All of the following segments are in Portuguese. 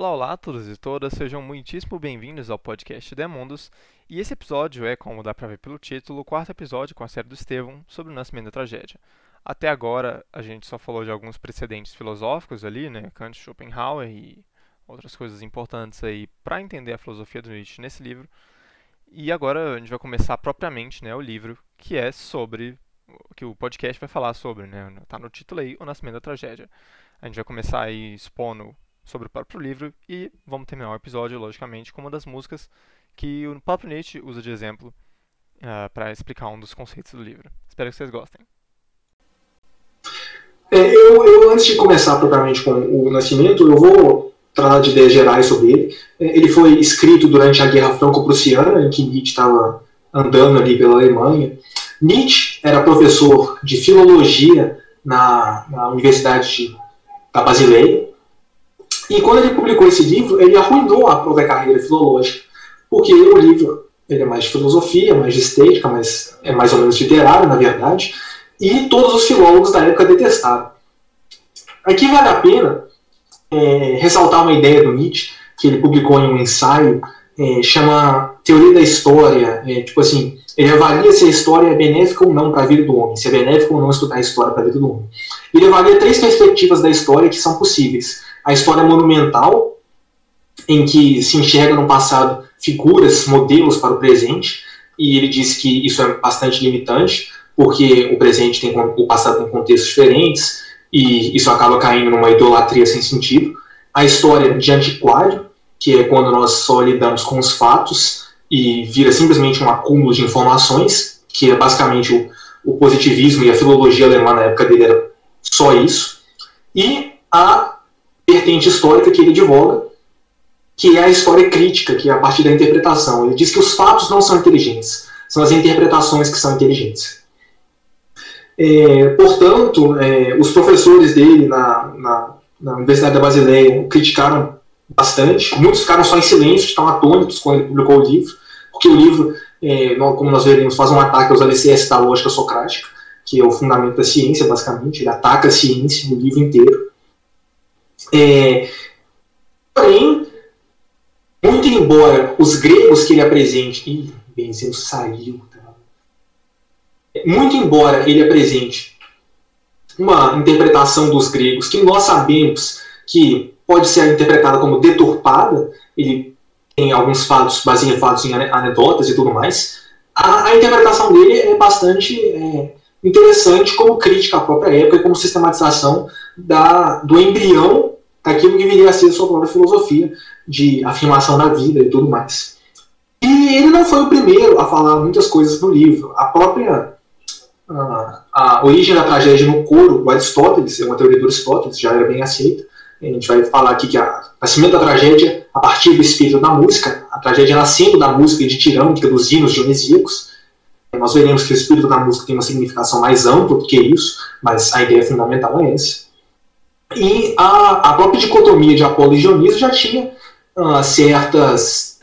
Olá a todos e todas, sejam muitíssimo bem-vindos ao podcast Demundos. E esse episódio é, como dá pra ver pelo título, o quarto episódio com a série do Estevão sobre o nascimento da tragédia. Até agora, a gente só falou de alguns precedentes filosóficos ali, né, Kant, Schopenhauer e outras coisas importantes aí para entender a filosofia do Nietzsche nesse livro. E agora a gente vai começar propriamente, né, o livro, que é sobre que o podcast vai falar sobre, né, tá no título aí, o nascimento da tragédia. A gente vai começar aí expondo sobre o próprio livro e vamos terminar o episódio, logicamente, com uma das músicas que o próprio Nietzsche usa de exemplo para explicar um dos conceitos do livro. Espero que vocês gostem. Antes de começar propriamente com o Nascimento, eu vou tratar de ideias gerais sobre ele. Ele foi escrito durante a Guerra Franco-Prussiana, em que Nietzsche estava andando ali pela Alemanha. Nietzsche era professor de filologia na Universidade da Basileia. E quando ele publicou esse livro, ele arruinou a própria carreira filológica, porque o livro ele é mais de filosofia, mais de estética, mas é mais ou menos literário, na verdade, e todos os filólogos da época detestaram. Aqui vale a pena ressaltar uma ideia do Nietzsche, que ele publicou em um ensaio, chama Teoria da História. Tipo assim, ele avalia se a história é benéfica ou não para a vida do homem, se é benéfico ou não estudar a história para a vida do homem. Ele avalia 3 perspectivas da história que são possíveis. A história monumental, em que se enxerga no passado figuras, modelos para o presente, e ele diz que isso é bastante limitante, porque o passado tem contextos diferentes, e isso acaba caindo numa idolatria sem sentido. A história de antiquário, que é quando nós só lidamos com os fatos e vira simplesmente um acúmulo de informações, que é basicamente o positivismo e a filologia alemã na época dele era só isso. E a vertente histórica que ele advoga, que é a história crítica, que é a partir da interpretação. Ele diz que os fatos não são inteligentes, são as interpretações que são inteligentes. Portanto, os professores dele na Universidade da Basileia criticaram bastante, muitos ficaram só em silêncio, estavam atônitos quando ele publicou o livro, porque o livro, como nós veremos, faz um ataque aos alicerces da lógica socrática, que é o fundamento da ciência, basicamente. Ele ataca a ciência no livro inteiro. Porém, muito embora os gregos que ele apresente... Benzeno saiu. Muito embora ele apresente uma interpretação dos gregos que nós sabemos que pode ser interpretada como deturpada, ele tem alguns fatos, baseia fatos em anedotas e tudo mais, a interpretação dele é bastante interessante como crítica à própria época e como sistematização do embrião daquilo que viria a ser a sua própria filosofia de afirmação da vida e tudo mais. E ele não foi o primeiro a falar muitas coisas no livro. A própria a origem da tragédia no coro, o Aristóteles, é uma teoria do Aristóteles, já era bem aceita. A gente vai falar aqui que o nascimento da tragédia a partir do espírito da música, a tragédia nascendo da música ditirâmica, dos hinos dionisíacos. Nós veremos que o espírito da música tem uma significação mais ampla do que isso, mas a ideia fundamental é essa. E a própria dicotomia de Apolo e Dioniso já tinha certos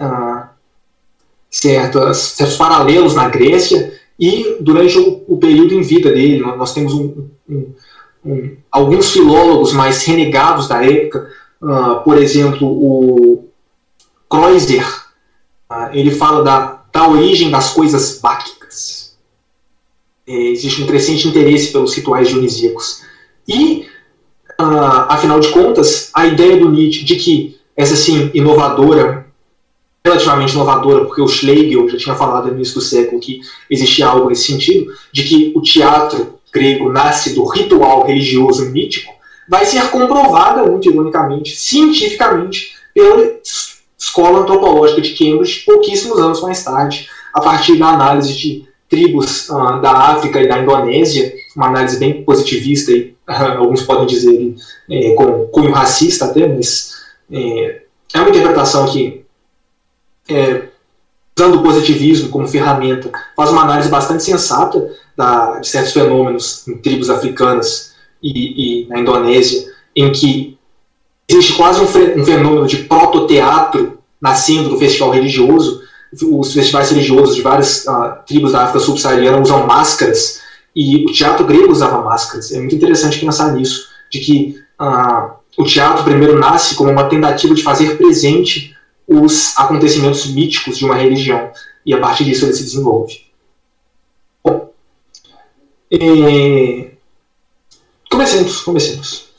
paralelos na Grécia e durante o período em vida dele. Nós temos alguns filólogos mais renegados da época, por exemplo, o Kreuzer, ele fala da origem das coisas báquicas. Existe um crescente interesse pelos rituais dionisíacos. E afinal de contas, a ideia do Nietzsche de que essa sim relativamente inovadora, porque o Schlegel já tinha falado no início do século que existia algo nesse sentido, de que o teatro grego nasce do ritual religioso mítico, vai ser comprovada, muito ironicamente, cientificamente, pela escola antropológica de Cambridge, pouquíssimos anos mais tarde, a partir da análise de tribos da África e da Indonésia, uma análise bem positivista e alguns podem dizer com cunho racista até, mas é uma interpretação que, usando o positivismo como ferramenta, faz uma análise bastante sensata de certos fenômenos em tribos africanas e na Indonésia, em que existe quase um fenômeno de prototeatro nascendo do festival religioso. Os festivais religiosos de várias tribos da África subsaariana usam máscaras, e o teatro grego usava máscaras. É muito interessante pensar nisso, de que o teatro primeiro nasce como uma tentativa de fazer presente os acontecimentos míticos de uma religião, e a partir disso ele se desenvolve. Bom, comecemos.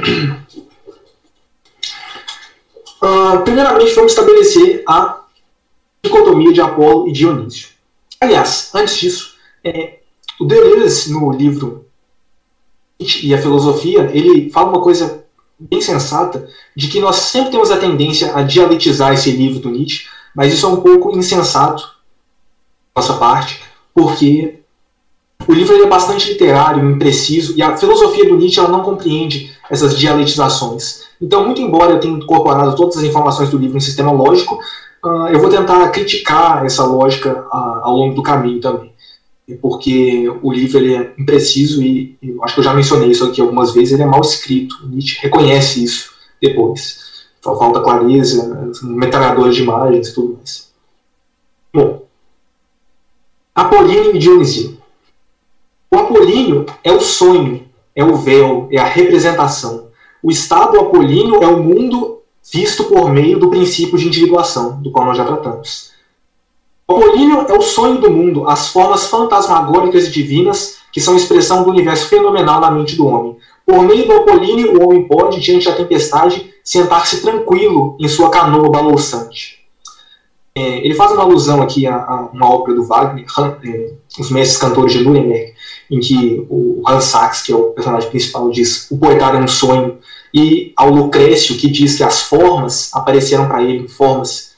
Primeiramente, vamos estabelecer a dicotomia de Apolo e Dionísio. Aliás, antes disso, o Deleuze, no livro E a Filosofia, ele fala uma coisa bem sensata, de que nós sempre temos a tendência a dialetizar esse livro do Nietzsche, mas isso é um pouco insensato da nossa parte, porque o livro é bastante literário, impreciso, e a filosofia do Nietzsche ela não compreende essas dialetizações. Então, muito embora eu tenha incorporado todas as informações do livro em sistema lógico, eu vou tentar criticar essa lógica ao longo do caminho também. Porque o livro ele é impreciso e eu acho que eu já mencionei isso aqui algumas vezes, ele é mal escrito. O Nietzsche reconhece isso depois. Falta clareza, metralhadora de imagens e tudo mais. Bom, Apolíneo e Dionísio. O Apolíneo é o sonho, é o véu, é a representação. O estado apolíneo é o mundo visto por meio do princípio de individuação, do qual nós já tratamos. O apolíneo é o sonho do mundo, as formas fantasmagóricas e divinas que são expressão do universo fenomenal na mente do homem. Por meio do apolíneo, o homem pode, diante da tempestade, sentar-se tranquilo em sua canoa balouçante. Ele faz uma alusão aqui a uma ópera do Wagner, Os Mestres Cantores de Nuremberg, em que o Hans Sachs, que é o personagem principal, diz o poetário é um sonho, e ao Lucrécio, que diz que as formas apareceram para ele em formas,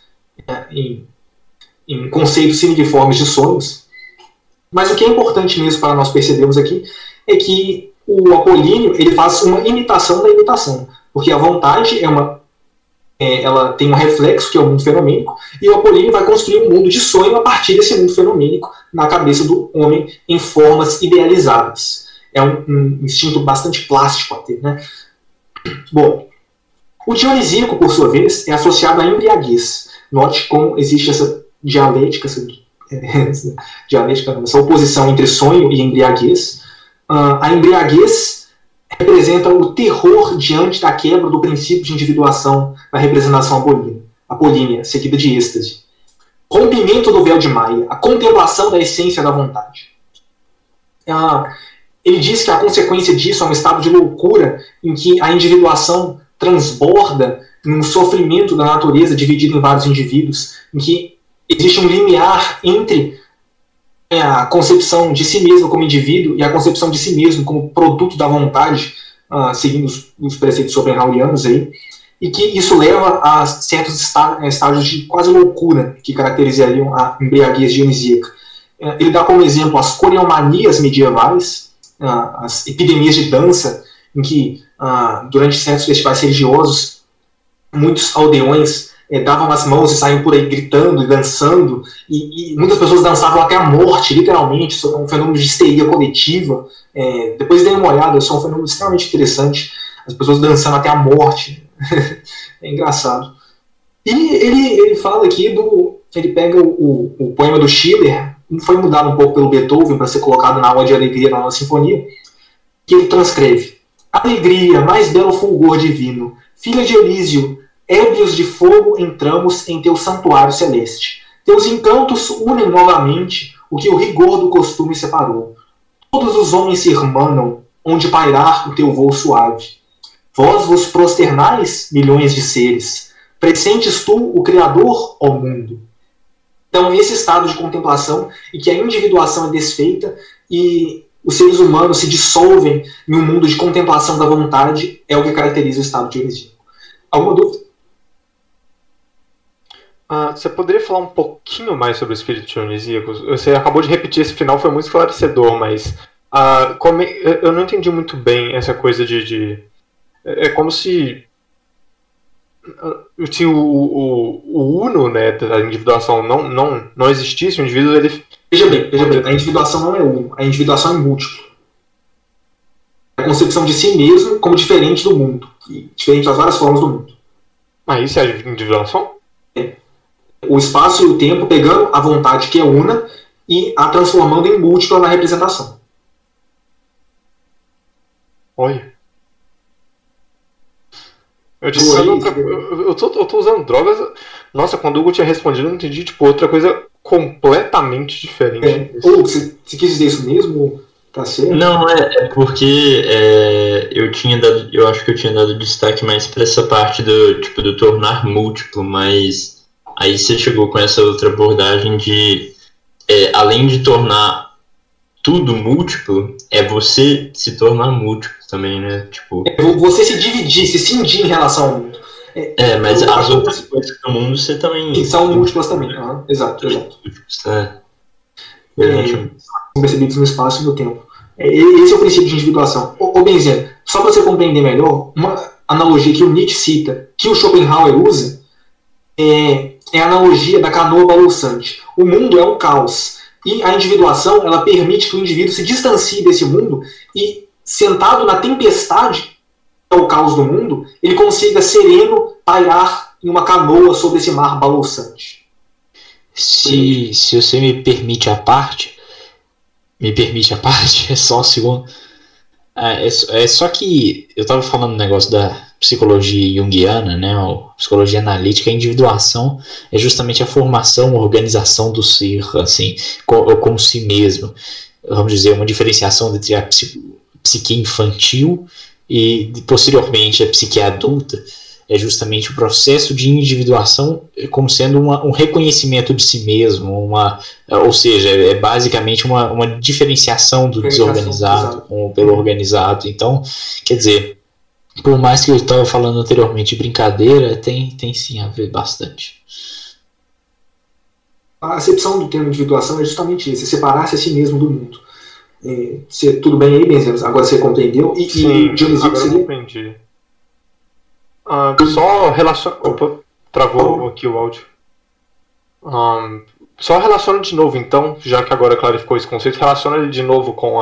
em conceitos simidiformes de sonhos. Mas o que é importante mesmo para nós percebermos aqui é que o Apolíneo ele faz uma imitação da imitação, porque a vontade ela tem um reflexo que é o mundo fenomênico, e o Apolíneo vai construir um mundo de sonho a partir desse mundo fenomênico na cabeça do homem em formas idealizadas. É um instinto bastante plástico até, né? Bom, o dionisíaco, por sua vez, é associado à embriaguez. Note como existe essa dialética, essa oposição entre sonho e embriaguez. A embriaguez representa o terror diante da quebra do princípio de individuação na representação apolínea, seguida de êxtase. Rompimento do véu de Maia, a contemplação da essência da vontade. Ele diz que a consequência disso é um estado de loucura em que a individuação transborda em um sofrimento da natureza dividido em vários indivíduos, em que existe um limiar entre a concepção de si mesmo como indivíduo e a concepção de si mesmo como produto da vontade, seguindo os preceitos schopenhauerianos aí, e que isso leva a certos estágios de quase loucura que caracterizariam a embriaguez dionisíaca. Ele dá como exemplo as coreomanias medievais, as epidemias de dança, em que durante certos festivais religiosos muitos aldeões davam as mãos e saíam por aí gritando e dançando, e muitas pessoas dançavam até a morte, literalmente. Isso é um fenômeno de histeria coletiva. Depois dêem uma olhada, isso é um fenômeno extremamente interessante, as pessoas dançando até a morte. É engraçado. E ele fala aqui ele pega o poema do Schiller, foi mudado um pouco pelo Beethoven para ser colocado na aula de alegria na nossa sinfonia, que ele transcreve: alegria, mais belo fulgor divino, filha de Elísio, ébrios de fogo entramos em teu santuário celeste. Teus encantos unem novamente o que o rigor do costume separou. Todos os homens se irmanam, onde pairar o teu voo suave. Vós vos prosternais, milhões de seres. Pressentes tu o Criador, ó mundo. Então, esse estado de contemplação, e que a individuação é desfeita, e os seres humanos se dissolvem em um mundo de contemplação da vontade, é o que caracteriza o estado dionisíaco. Alguma dúvida? Você poderia falar um pouquinho mais sobre o espírito dionisíaco? Você acabou de repetir esse final, foi muito esclarecedor, mas eu não entendi muito bem essa coisa é como se o uno, né, da individuação não existisse, o indivíduo ele... Veja bem, a individuação não é uno, a individuação é múltiplo. A concepção de si mesmo como diferente do mundo, diferente das várias formas do mundo. Isso é a individuação? O espaço e o tempo pegando a vontade que é una e a transformando em múltipla na representação. Olha. Eu disse eu tô usando drogas. Nossa, quando o Hugo tinha respondido, eu não entendi, tipo, outra coisa completamente diferente. Ou você quis dizer isso mesmo? Tá certo? Não, é porque eu acho que eu tinha dado destaque mais pra essa parte do tornar múltiplo, mas aí você chegou com essa outra abordagem de, além de tornar tudo múltiplo, é você se tornar múltiplo também, né? Tipo, você se dividir, se cindir em relação ao mundo. mas as outras coisas do mundo você também... São múltiplas também, exato. São percebidos no espaço e no tempo. Esse é o princípio de individuação. Ô Benzen, só para você compreender melhor, uma analogia que o Nietzsche cita, que o Schopenhauer usa, é a analogia da canoa balançante. O mundo é um caos. E a individuação, ela permite que o indivíduo se distancie desse mundo e, sentado na tempestade, que é o caos do mundo, ele consiga sereno pairar em uma canoa sobre esse mar balançante. Se você me permite a parte, é só um segundo. É só que eu estava falando do negócio da psicologia junguiana, né, ou psicologia analítica. A individuação é justamente a formação, a organização do ser, assim, como si mesmo. Vamos dizer, uma diferenciação entre a psique infantil e, posteriormente, a psique adulta. É justamente o processo de individuação como sendo um reconhecimento de si mesmo, ou seja, é basicamente uma diferenciação do desorganizado pelo organizado. Então, quer dizer, por mais que eu estava falando anteriormente de brincadeira, tem sim a ver bastante. A acepção do termo individuação é justamente isso, é separar-se a si mesmo do mundo. Tudo bem aí, Benzen? Agora você compreendeu? Sim, agora eu compreendi. Só relaciona... Opa, travou aqui o áudio. Só relaciona de novo, então, já que agora clarificou esse conceito, relaciona ele de novo com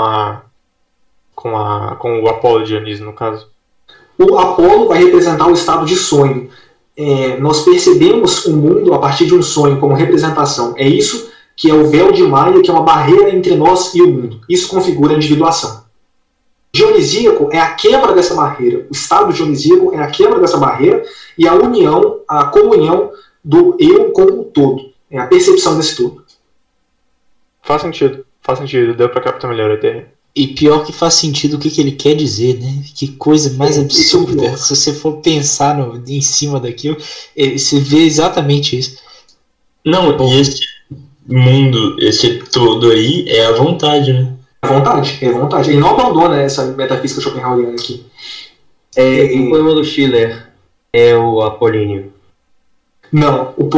o Apolo de Dionísio, no caso. O Apolo vai representar o estado de sonho. Nós percebemos o mundo a partir de um sonho como representação. É isso que é o véu de Maia, que é uma barreira entre nós e o mundo. Isso configura a individuação. Dionisíaco é a quebra dessa barreira. O estado dionisíaco é a quebra dessa barreira e a união, a comunhão do eu com o todo. É a percepção desse todo. Faz sentido. Deu pra captar melhor a ideia. E pior que faz sentido o que ele quer dizer, né? Que coisa mais absurda. Se você for pensar em cima daquilo, você vê exatamente isso. Não, e esse mundo, esse todo aí, é a vontade, né? É vontade. Ele não abandona essa metafísica schopenhaueriana aqui. O poema do Schiller é o Apolíneo. Não, o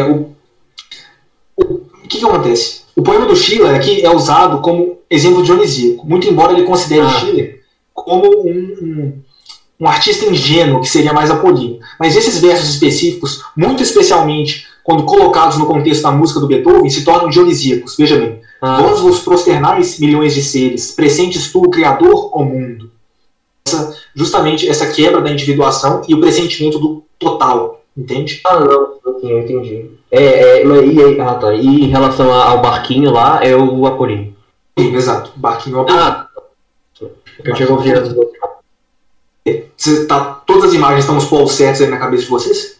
que acontece? O poema do Schiller aqui é usado como exemplo dionisíaco, muito embora ele considere Schiller como um artista ingênuo, que seria mais apolíneo. Mas esses versos específicos, muito especialmente quando colocados no contexto da música do Beethoven, se tornam dionisíacos. Veja bem. Vós vos prosternais, milhões de seres, pressentes tu, o Criador, ao mundo. Justamente essa quebra da individuação e o pressentimento do total, entende? Não, eu entendi. E em relação ao barquinho lá, é o Apolíneo. Sim, exato. Barquinho é o Apolíneo. Eu tinha ouvido dos outros. Todas as imagens estão nos polos certos aí na cabeça de vocês?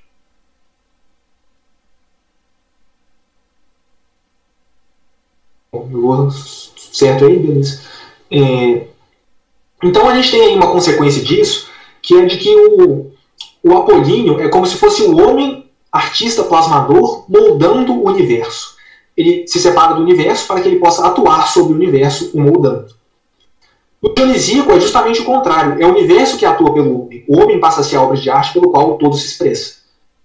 Certo aí, beleza. Então a gente tem aí uma consequência disso, que é de que o Apolíneo é como se fosse o homem artista plasmador moldando o universo. Ele se separa do universo para que ele possa atuar sobre o universo, o moldando. O dionisíaco é justamente o contrário. É o universo que atua pelo homem. O homem passa a ser a obra de arte pelo qual o todo se expressa.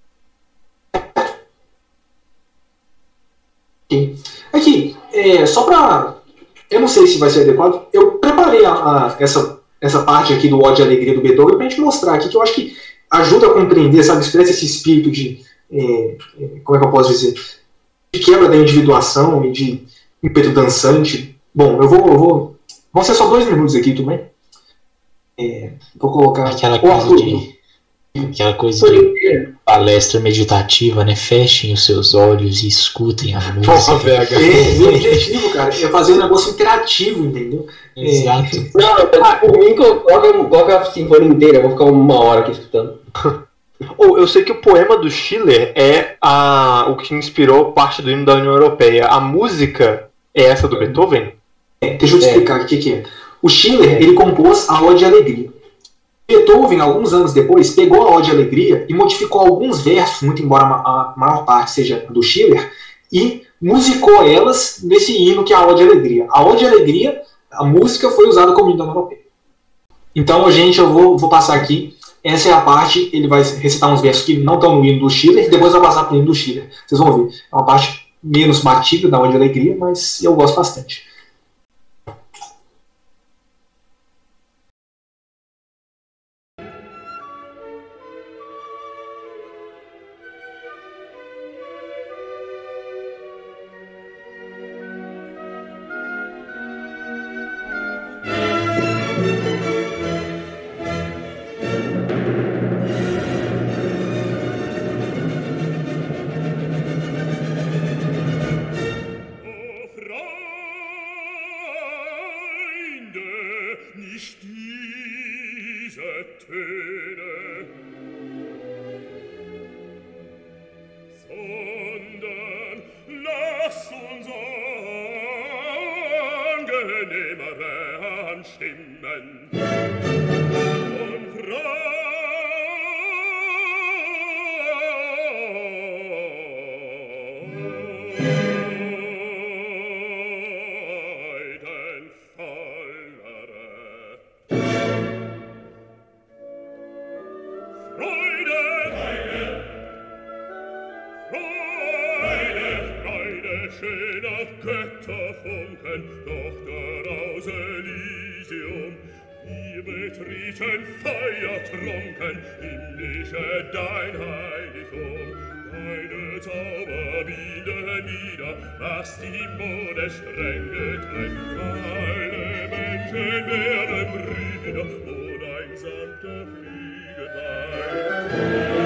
Aqui, só para... Eu não sei se vai ser adequado. Eu preparei essa parte aqui do ódio e alegria do Beethoven para a gente mostrar aqui, que eu acho que ajuda a compreender, sabe, expressa esse espírito de... como é que eu posso dizer? De quebra da individuação e de ímpeto dançante. Bom, vão ser só 2 minutos aqui, tudo bem? Vou colocar... Aquela coisa de palestra meditativa, né? Fechem os seus olhos e escutem a música. Meu objetivo, cara, é fazer um negócio interativo, entendeu? Exato. Não, por mim, coloca a sinfonia inteira, eu vou ficar 1 hora aqui escutando. Eu sei que o poema do Schiller é o que inspirou parte do hino da União Europeia. A música é essa do Beethoven? Deixa eu te explicar o que é. O Schiller, ele compôs a Ode à Alegria. Beethoven, alguns anos depois, pegou a Ode à Alegria e modificou alguns versos, muito embora a maior parte seja do Schiller, e musicou elas nesse hino que é a Ode à Alegria. A Ode à Alegria, a música foi usada como hino da União Europeia. Então, gente, eu vou passar aqui. Essa é a parte, ele vai recitar uns versos que não estão no hino do Schiller, e depois vai passar para o hino do Schiller. Vocês vão ver. É uma parte menos batida da Ode à Alegria, mas eu gosto bastante. Menschen werden Brüder und ein sanfter Flügel